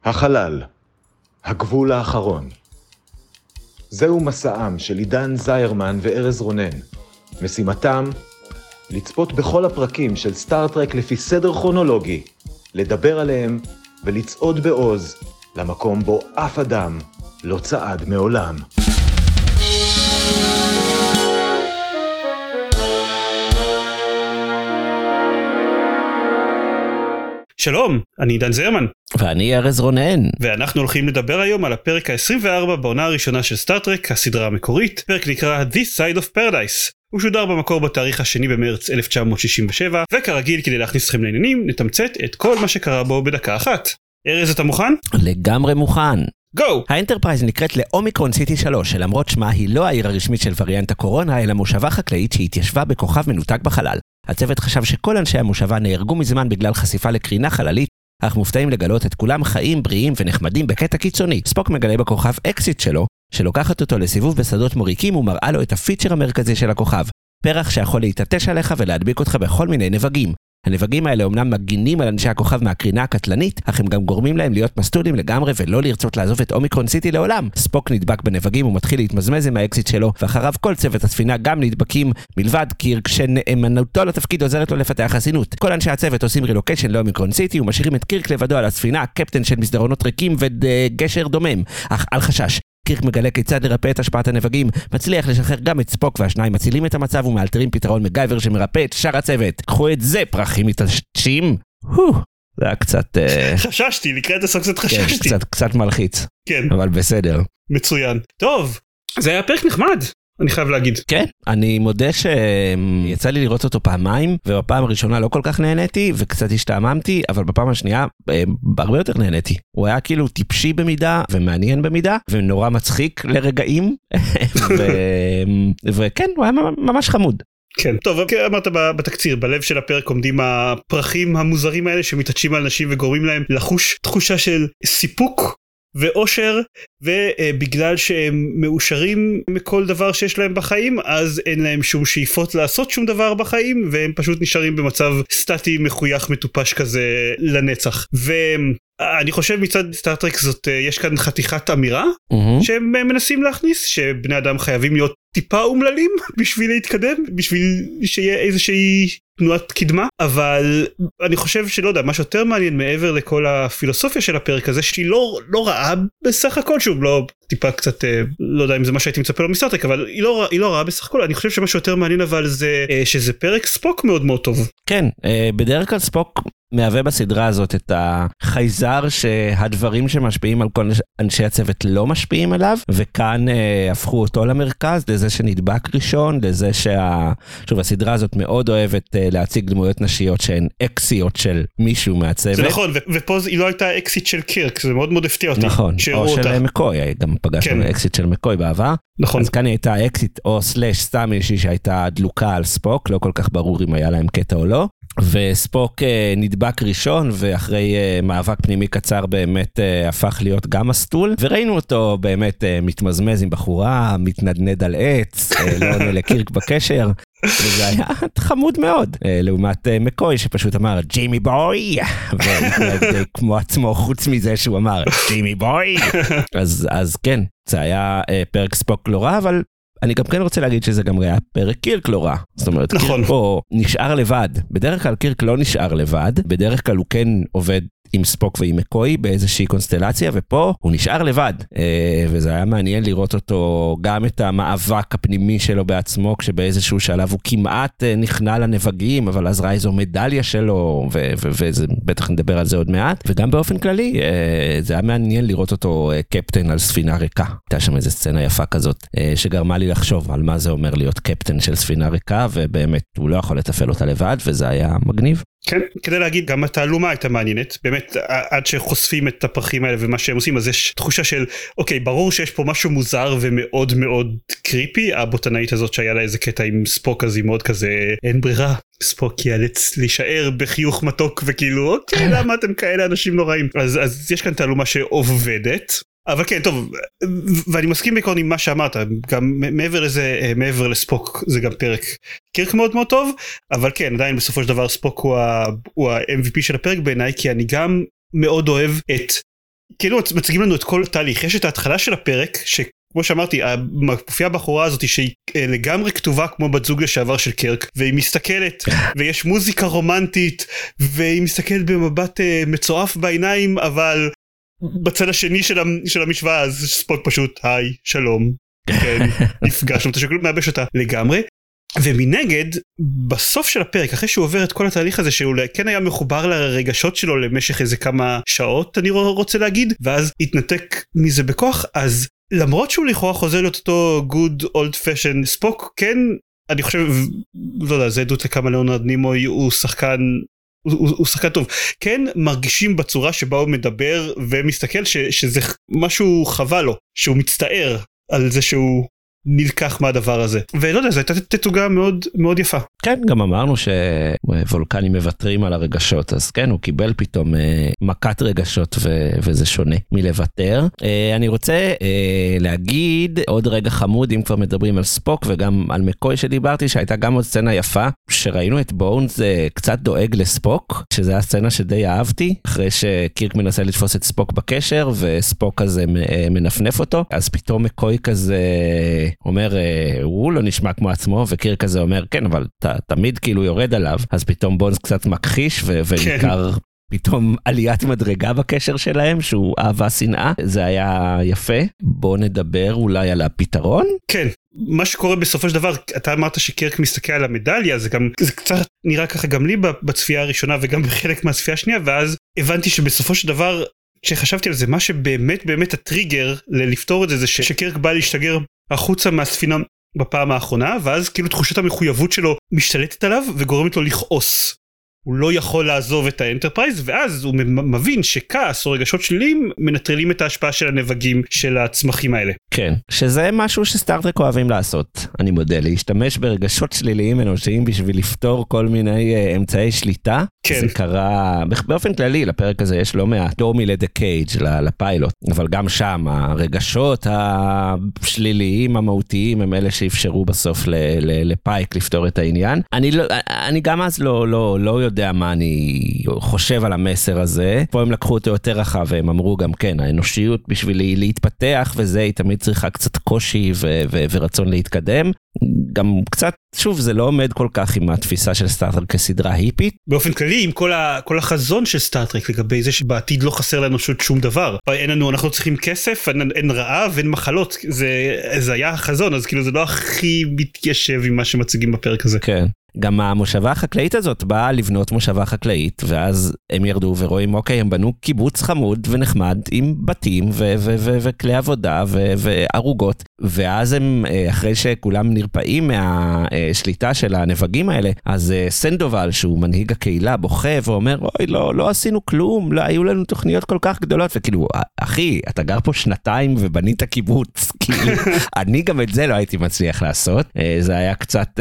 החלל, הגבול האחרון. זהו מסעם של עידן זיירמן וארז רונן. משימתם, לצפות בכל הפרקים של סטארטרק לפי סדר כרונולוגי, לדבר עליהם ולצעוד בעוז למקום בו אף אדם לא צעד מעולם. שלום, אני עידן זיירמן. ואני ארז רונן. ואנחנו הולכים לדבר היום על הפרק ה-24 בעונה הראשונה של סטארטרק, הסדרה המקורית. פרק נקרא This Side of Paradise. הוא שודר במקור בתאריך השני במרץ 1967, וכרגיל כדי להכניס אתכם לעניינים, נתמצת את כל מה שקרה בו בדקה אחת. ארז, אתה מוכן? לגמרי מוכן. גו! האנטרפרייז נקראת לאומיקרון סיטי 3, שלמרות שמה היא לא העיר הרשמית של וריאנט הקורונה, אלא מושבה חקלאית שהתיישבה בכוכב מנותק בחלל. הצוות חשב שכל אנשי המושבה נהרגו מזמן בגלל חשיפה לקרינה חללית, אך מופתעים לגלות את כולם חיים, בריאים ונחמדים בקטע קיצוני. ספוק מגלה בכוכב אקסיט שלו, שלוקחת אותו לסיבוב בשדות מוריקים ומראה לו את הפיצ'ר המרכזי של הכוכב. פרח שיכול להתעטש עליך ולהדביק אותך בכל מיני נבגים. הנבגים האלה אומנם מגינים על אנשי הכוכב מהקרינה הקטלנית, אך הם גם גורמים להם להיות מסטולים לגמרי ולא לרצות לעזוב את אומיקרון סיטי לעולם. ספוק נדבק בנבגים ומתחיל להתמזמז עם האקסיט שלו, ואחריו כל צוות הספינה גם נדבקים, מלבד קירק שנאמנותו לתפקיד עוזרת לו לפתח חסינות. כל אנשי הצוות עושים רילוקיישן לאומיקרון סיטי ומשאירים את קירק לבדו על הספינה, קפטן של מסדרונות ריקים וגשר דומם. אך אל חשש, קירק מגלה כיצד לרפא את השפעת הנבגים, מצליח לשחרר גם את ספוק, והשניים מצילים את המצב ומאלתרים פתרון מגייבר שמרפא את שאר הצוות. קחו את זה, פרחים מתעשתים. זה היה קצת... חששתי, לקראת הסוף קצת חששתי. כן, קצת מלחיץ. כן. אבל בסדר. מצוין. טוב, זה היה פרק נחמד. אני חייב להגיד. כן, אני מודה שיצא לי לראות אותו פעמיים, ובפעם הראשונה לא כל כך נהניתי, וקצת השתעממתי, אבל בפעם השנייה הרבה יותר נהניתי. הוא היה כאילו טיפשי במידה, ומעניין במידה, ונורא מצחיק לרגעים, וכן, הוא היה ממש חמוד. כן, טוב, אמרת בתקציר, בלב של הפרק עומדים הפרחים המוזרים האלה, שמתעטשים על אנשים וגורמים להם לחוש תחושה של סיפוק, ואושר, ובגלל שהם מאושרים מכל דבר שיש להם בחיים, אז אין להם שום שאיפות לעשות שום דבר בחיים, והם פשוט נשארים במצב סטטי מחוייך מטופש כזה לנצח. ואני חושב מצד סטארטרק זאת, יש כאן חתיכת אמירה, שהם מנסים להכניס, שבני אדם חייבים להיות טיפה אומללים בשביל להתקדם, בשביל שיהיה איזושהי תנועת קדמה, אבל אני חושב שלא יודע, מה שיותר מעניין מעבר לכל הפילוסופיה של הפרק הזה, שהיא לא רעה בסך הכל, שוב, לא טיפה קצת, לא יודע אם זה מה שהייתי מצפה לו מסטארטרק, אבל היא לא רעה בסך הכל. אני חושב שמה שיותר מעניין אבל זה שזה פרק ספוק מאוד מאוד טוב. כן, בדרך כלל ספוק מהווה בסדרה הזאת את החייזר שהדברים שמשפיעים על כל אנשי הצוות לא משפיעים עליו, וכאן הפכו אותו למרכז, לזה שנדבק ראשון, לזה שוב, הסדרה הזאת מאוד אוהבת להציג דמויות נשיות שהן אקסיות של מישהו מהצוות. זה נכון, ופה היא לא הייתה אקסית של קירק, זה מאוד מאוד הפתיע אותי. נכון, או של מקוי, גם פגשנו אקסית של מקוי בעבר. נכון. אז כאן היא הייתה אקסית או סלש סתם מישהי שהייתה דלוקה על ספוק, לא כל כך ברור אם היה להם קטע או לא. וספוק נדבק ראשון, ואחרי מאבק פנימי קצר באמת הפך להיות גם מסטול, וראינו אותו באמת מתמזמז עם בחורה, מתנדנד על עץ, לא עונה לקירק בקשר, וזה היה חמוד מאוד, לעומת מקוי שפשוט אמר ג'יימי בוי, והתנהג כמו עצמו חוץ מזה שהוא אמר ג'יימי בוי. אז כן, זה היה פרק ספוק לא רע, אבל אני גם כן רוצה להגיד שזה גם היה פרק קירק לא רע. זאת אומרת, נכון. קירק פה נשאר לבד. בדרך כלל קירק לא נשאר לבד, בדרך כלל הוא כן עובד עם ספוק ועם מקוי באיזושהי קונסטלציה, ופה הוא נשאר לבד. וזה היה מעניין לראות אותו, גם את המאבק הפנימי שלו בעצמו, כשבאיזשהו שלב הוא כמעט נכנע לנבגים, אבל אז ראה איזו מדליה שלו, ובטח נדבר על זה עוד מעט. וגם באופן כללי, זה היה מעניין לראות אותו קפטן על ספינה ריקה. הייתה שם איזו סצנה יפה כזאת, שגרמה לי לחשוב על מה זה אומר להיות קפטן של ספינה ריקה, ובאמת הוא לא יכול לתפעל אותה לבד, וזה היה מגניב. כן, כדי להגיד, גם התעלומה הייתה מעניינת, באמת עד שחושפים את הפרחים האלה ומה שהם עושים, אז יש תחושה של, אוקיי, ברור שיש פה משהו מוזר ומאוד מאוד קריפי, הבוטנאית הזאת שהיה לה איזה קטע עם ספוק, אז היא מאוד כזה, אין ברירה, ספוק ייאלץ להישאר בחיוך מתוק וכאילו, אוקיי, למה אתם כאלה אנשים נוראים? אז יש כאן תעלומה שעובדת, אבל כן, טוב, ואני מסכים בעיקרון עם מה שאמרת, גם מעבר לזה, מעבר לספוק, זה גם פרק קירק מאוד מאוד טוב, אבל כן, עדיין בסופו של דבר ספוק הוא ה-MVP של הפרק בעיניי, כי אני גם מאוד אוהב את כאילו מציגים לנו את כל התהליך, יש את ההתחלה של הפרק, שכמו שאמרתי, מופיעה הבחורה הזאת שהיא לגמרי כתובה כמו בת זוג לשעבר של קרק, והיא מסתכלת, ויש מוזיקה רומנטית, והיא מסתכלת במבט מצועף בעיניים, אבל בצד השני של המשוואה, אז ספוק פשוט, היי, שלום, כן, נפגשנו, אתה שכאילו מייבש אותה לגמרי, ומנגד, בסוף של הפרק, אחרי שהוא עובר את כל התהליך הזה, שהוא כן היה מחובר לרגשות שלו למשך איזה כמה שעות, אני רוצה להגיד, ואז התנתק מזה בכוח, אז למרות שהוא לכאורה חוזר להיות אותו good old fashion ספוק, כן, אני חושב, לא יודע, זה עדות לכמה ליאונרד נימוי, הוא שחקן טוב, כן מרגישים בצורה שבה הוא מדבר ומסתכל שזה משהו חווה לו, שהוא מצטער על זה שהוא נלקח מהדבר הזה, ולא יודע, זו הייתה תצוגה מאוד מאוד יפה. כן, גם אמרנו שוולקנים מוותרים על הרגשות, אז כן, הוא קיבל פתאום מכת רגשות, וזה שונה מלוותר. אני רוצה להגיד עוד רגע חמוד, אם כבר מדברים על ספוק, וגם על מקוי שדיברתי, שהייתה גם עוד סצנה יפה, שראינו את בונס קצת דואג לספוק, שזה הסצנה שדי אהבתי, אחרי שקירק מנסה לתפוס את ספוק בקשר, וספוק כזה מנפנף אותו, אז פתאום מקוי כזה אומר, הוא לא נשמע כמו עצמו, וקירק כזה אומר, כן, אבל תמיד כאילו יורד עליו, אז פתאום בונס קצת מכחיש, וניכר פתאום עליית מדרגה בקשר שלהם, שהוא אהבה שנאה, זה היה יפה. בוא נדבר אולי על הפתרון. כן, מה שקורה בסופו של דבר, אתה אמרת שקירק מסתכל על המדליה, זה קצת נראה ככה גם לי בצפייה הראשונה, וגם בחלק מהצפייה השנייה, ואז הבנתי שבסופו של דבר, כשחשבתי על זה, מה שבאמת באמת הטריגר לפתור את זה, זה שקירק בא להשתגר החוצה מהספינה בפעם האחרונה, ואז כאילו תחושת המחויבות שלו משתלטת עליו וגורמת לו לכעוס. הוא לא יכול לעזוב את האנטרפרייז, ואז הוא מבין שכעס או רגשות שליליים מנטרלים את ההשפעה של הנבגים של הצמחים האלה. כן, שזה משהו שסטארטרק אוהבים לעשות, אני מודה, להשתמש ברגשות שליליים אנושיים בשביל לפתור כל מיני אמצעי שליטה. כן. זה קרה, באופן כללי, לפרק הזה יש לא מעט, דורמי לדה קייג' לפיילוט, אבל גם שם הרגשות השליליים המהותיים הם אלה שאפשרו בסוף לפייק לפתור את העניין. אני גם אז לא יודע מה אני חושב על המסר הזה. פה הם לקחו אותו יותר רחב, והם אמרו גם כן, האנושיות בשביל להתפתח וזה, היא תמיד צריכה קצת קושי ורצון להתקדם. גם קצת, שוב, זה לא עומד כל כך עם התפיסה של סטארטרק כסדרה היפית. באופן כללי, עם כל החזון של סטארטרק לגבי זה שבעתיד לא חסר לאנושות שום דבר. אנחנו צריכים כסף, אין רעב, אין מחלות. זה היה החזון, אז כאילו זה לא הכי מתיישב עם מה שמציגים בפרק הזה. כן. גם המושבה החקלאית הזאת באה לבנות מושבה חקלאית, ואז הם ירדו ורואים, אוקיי, הם בנו קיבוץ חמוד ונחמד עם בתים וכלי עבודה וערוגות, ואז הם, אחרי שכולם נרפאים מהשליטה של הנבגים האלה, אז סנדובל, שהוא מנהיג הקהילה, בוכה ואומר, אוי, לא עשינו כלום, לא היו לנו תוכניות כל כך גדולות, וכאילו, אחי, אתה גר פה 2 ובנית קיבוץ, כאילו, אני גם את זה לא הייתי מצליח לעשות, זה היה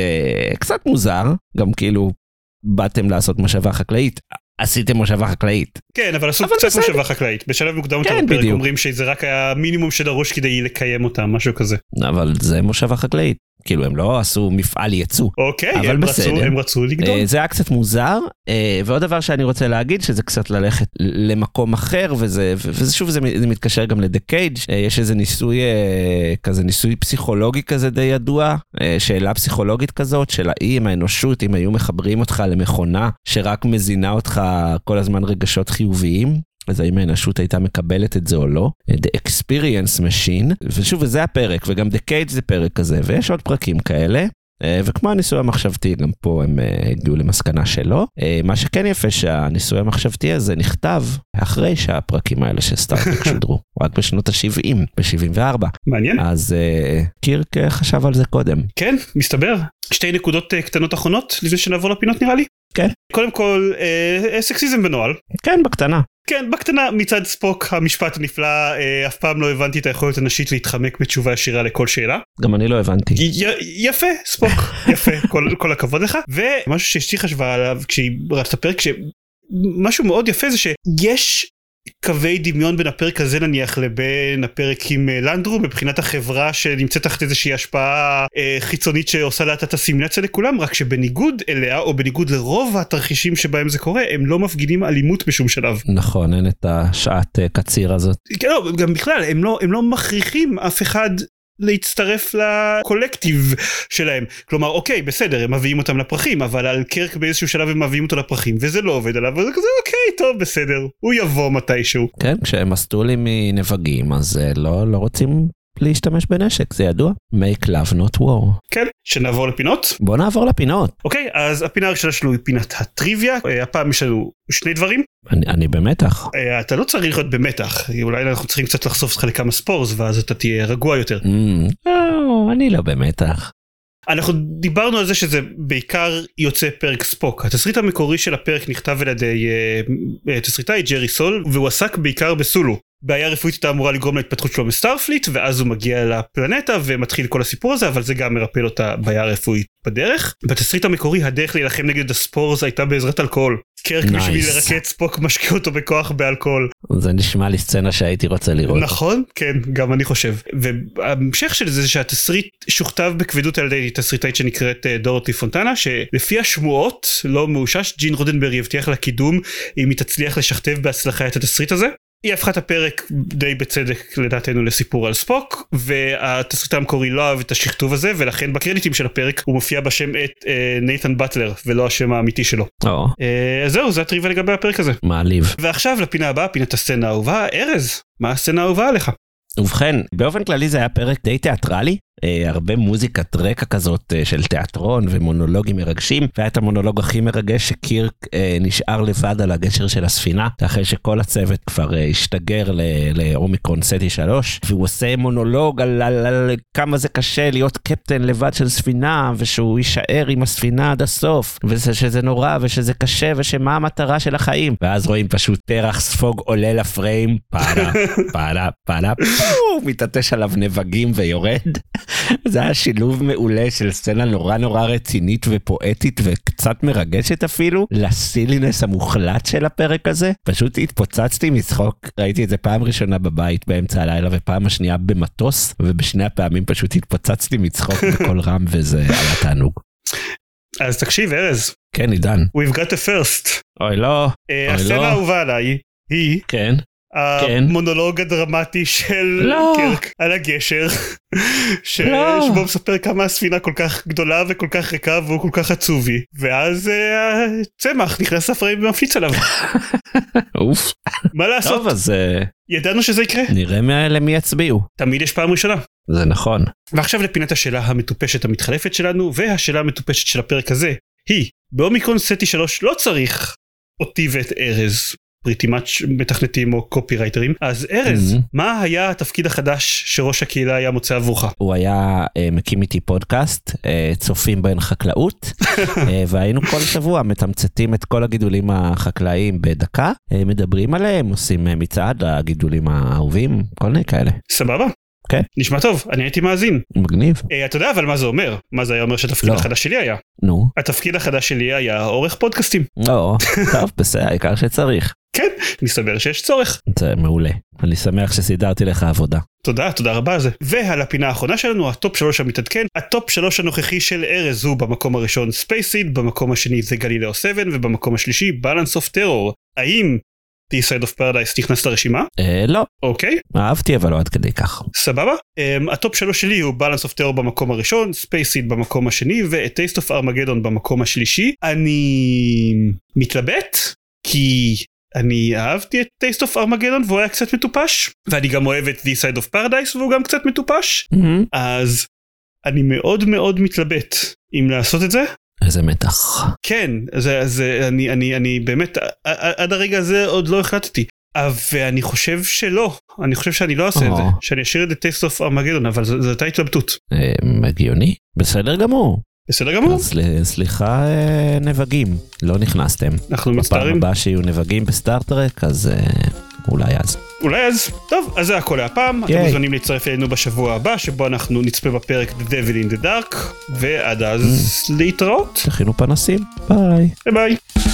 קצת מוזר, גם כאילו באתם לעשות מושבה חקלאית, עשיתם מושבה חקלאית. כן, אבל עשו קצת מושבה חקלאית, בשלב מוקדם יותר בפרק אומרים שזה רק היה מינימום של הראש כדי לקיים אותם, משהו כזה. אבל זה מושבה חקלאית, כאילו הם לא עשו מפעל ייצוא. אוקיי, הם רצו לגדול. זה היה קצת מוזר, ועוד דבר שאני רוצה להגיד, שזה קצת ללכת למקום אחר, ושוב זה מתקשר גם לדה קייג', יש איזה ניסוי פסיכולוגי כזה די ידוע, שאלה פסיכולוגית כזאת, של האם האנושות, אם היו מחברים אותך למכונה, שרק מזינה אותך כל הזמן רגשות חיוביים, אז האם האנושות הייתה מקבלת את זה או לא, The Experience Machine, ושוב, וזה הפרק, וגם The Cage זה פרק כזה, ויש עוד פרקים כאלה, וכמו הניסוי המחשבתי, גם פה הם הגיעו למסקנה שלו, מה שכן יפה שהניסוי המחשבתי הזה נכתב, אחרי שהפרקים האלה שסטארטרק שודרו, רק בשנות ה-70, ב-74. מעניין. אז קירק חשב על זה קודם. כן, מסתבר. 2 נקודות קטנות אחרונות, לפני שנעבור לפינות נראה לי. כן. קודם כל, סקסיזם בנועל. כן, בקטנה. כן, בקטנה, מצד ספוק המשפט הנפלא, אף פעם לא הבנתי את היכולת הנשית להתחמק בתשובה ישירה לכל שאלה. גם אני לא הבנתי. יפה, ספוק, יפה, כל הכבוד לך. ומשהו שאשתי חשבה עליו כשהיא רצת הפרק, משהו מאוד יפה זה שיש קווי דמיון בין הפרק הזה נניח לבין הפרק עם לנדרו, מבחינת החברה שנמצאת תחת איזושהי השפעה חיצונית שעושה לה את הסימולציה לכולם, רק שבניגוד אליה, או בניגוד לרוב התרחישים שבהם זה קורה, הם לא מפגינים אלימות בשום שלב. נכון, אין את השעת קציר הזאת. לא, גם בכלל, הם לא מכריחים אף אחד להצטרף לקולקטיב שלהם. כלומר, אוקיי, בסדר, הם מביאים אותם לפרחים, אבל על קרק באיזשהו שלב הם מביאים אותו לפרחים, וזה לא עובד עליו, וזה כזה, אוקיי, טוב, בסדר, הוא יבוא מתישהו. כן, כשהם מסטולים מנבגים, אז לא רוצים להשתמש בנשק, זה ידוע. Make love not war. כן, שנעבור לפינות. בוא נעבור לפינות. אוקיי, אז הפינה הראשונה שלנו היא פינת הטריוויה. הפעם יש לנו שני דברים. אני במתח. אתה לא צריך להיות במתח, אולי אנחנו צריכים קצת לחשוף אותך לכמה ספורס, ואז אתה תהיה רגוע יותר. אני לא במתח. אנחנו דיברנו על זה שזה בעיקר יוצא פרק ספוק. התסריט המקורי של הפרק נכתב על ידי תסריטאי ג'רי סול, והוא עסק בעיקר בסולו. בעיה רפואית הייתה אמורה לגרום להתפתחות שלו מסטארפליט, ואז הוא מגיע לפלנטה ומתחיל כל הסיפור הזה, אבל זה גם מרפא לו את הבעיה הרפואית בדרך. בתסריט המקורי הדרך להילחם נגד הספורס הייתה בעזרת אלכוהול. קרק בשביל לרקד ספוק משקיע אותו בכוח באלכוהול. זה נשמע לי סצנה שהייתי רוצה לראות. נכון, כן, גם אני חושב. וההמשך של זה שהתסריט שוכתב בכבדות על ידי תסריטאית שנקראת דורותי פונטנה, שלפי השמועות לא מאושש, ג'ין רודנברג יבטיח לה קידום אם היא תצליח לשכתב בהצלחה את התסריט הזה. היא הפכה את הפרק די בצדק לדעתנו לסיפור על ספוק, והתסריט המקורי לא אהב את השכתוב הזה, ולכן בקרדיטים של הפרק הוא מופיע בשם את נייתן באטלר, ולא השם האמיתי שלו. זהו, זה הטריוויה לגבי הפרק הזה. מעליב. ועכשיו לפינה הבאה, פינת הסצנה האהובה. ארז, מה הסצנה האהובה עליך? ובכן, באופן כללי זה היה פרק די תיאטרלי, הרבה מוזיקת רקע כזאת של תיאטרון ומונולוגים מרגשים, והיה את המונולוג הכי מרגש שקירק נשאר לבד על הגשר של הספינה, אחרי שכל הצוות כבר השתגר לאומיקרון סטי 3, והוא עושה מונולוג על כמה זה קשה להיות קפטן לבד של ספינה, ושהוא יישאר עם הספינה עד הסוף, ושזה נורא ושזה קשה, ושמה המטרה של החיים. ואז רואים פשוט פרח ספוג עולה לפריים, פעלה, הוא מתעטש עליו נבגים ויורד. זה היה שילוב מעולה של סצנה נורא רצינית ופואטית וקצת מרגשת אפילו, לסילינס המוחלט של הפרק הזה. פשוט התפוצצתי מצחוק, ראיתי את זה פעם ראשונה בבית באמצע הלילה ופעם השנייה במטוס, ובשני הפעמים פשוט התפוצצתי מצחוק בכל רם, וזה היה תענוג. אז תקשיב ארז. כן עידן. We've got a first. אוי לא. הסצנה האהובה עליי היא... כן. המונולוג הדרמטי של קרק על הגשר, שבו מספר כמה הספינה כל כך גדולה וכל כך ריקה והוא כל כך עצובי, ואז צמח נכנס לפריים ומפיץ עליו. אוף. מה לעשות? טוב, אז ידענו שזה יקרה. נראה למי יצביעו. תמיד יש פעם ראשונה. זה נכון. ועכשיו לפינת השאלה המטופשת המתחלפת שלנו, והשאלה המטופשת של הפרק הזה היא, באומיקרון סטי 3 לא צריך אותי ואת ארז פריטי מאץ' מתכנתים או קופירייטרים. אז ארז, מה היה התפקיד החדש שראש הקהילה היה מוצא עבורך? הוא היה מקים איתי פודקאסט, צופים בין חקלאות, והיינו כל שבוע מתמצתים את כל הגידולים החקלאיים בדקה, מדברים עליהם, עושים מצעד הגידולים האהובים, כל מיני כאלה. סבבה. כן. נשמע טוב, אני הייתי מאזין. מגניב. אתה יודע אבל מה זה אומר? מה זה היה אומר שהתפקיד החדש שלי היה? נו. התפקיד החדש שלי היה עורך פודקאסטים. טוב, בסדר, העיקר שצריך. כן, מסתבר שיש צורך. זה מעולה. אני שמח שסידרתי לך עבודה. תודה רבה על זה. ועל הפינה האחרונה שלנו, הטופ 3 המתעדכן. הטופ 3 הנוכחי של ארז הוא במקום הראשון ספייסיד, במקום השני זה גלילאו 7, ובמקום השלישי Balance of Terror. האם The Side of Paradise נכנס לרשימה? לא. אוקיי. אהבתי אבל לא עד כדי כך. סבבה. הטופ 3 שלי הוא Balance of Terror במקום הראשון, ספייסיד במקום השני, ו-Taste of Armageddon במקום השלישי. אני מתלבט, כי אני אהבתי את Taste of Armageddon והוא היה קצת מטופש, ואני גם אוהב את The Side of Paradise והוא גם קצת מטופש, אז אני מאוד מתלבט אם לעשות את זה. איזה מתח. כן, אני באמת, עד הרגע הזה עוד לא החלטתי, ואני חושב שלא, אני חושב שאני לא אעשה את זה, שאני אשאיר את Taste of Armageddon, אבל זו הייתה התלבטות. הגיוני, בסדר גמור. בסדר גמור. אז סליחה נבגים, לא נכנסתם. אנחנו מצטערים. בפעם הבאה שיהיו נבגים בסטארטרק, אז אולי אז. טוב, אז זה הכל להפעם. אתם מוזמנים להצטרף אלינו בשבוע הבא, שבו אנחנו נצפה בפרק The Devil in the Dark, ועד אז להתראות. תכינו פנסים, ביי. ביי.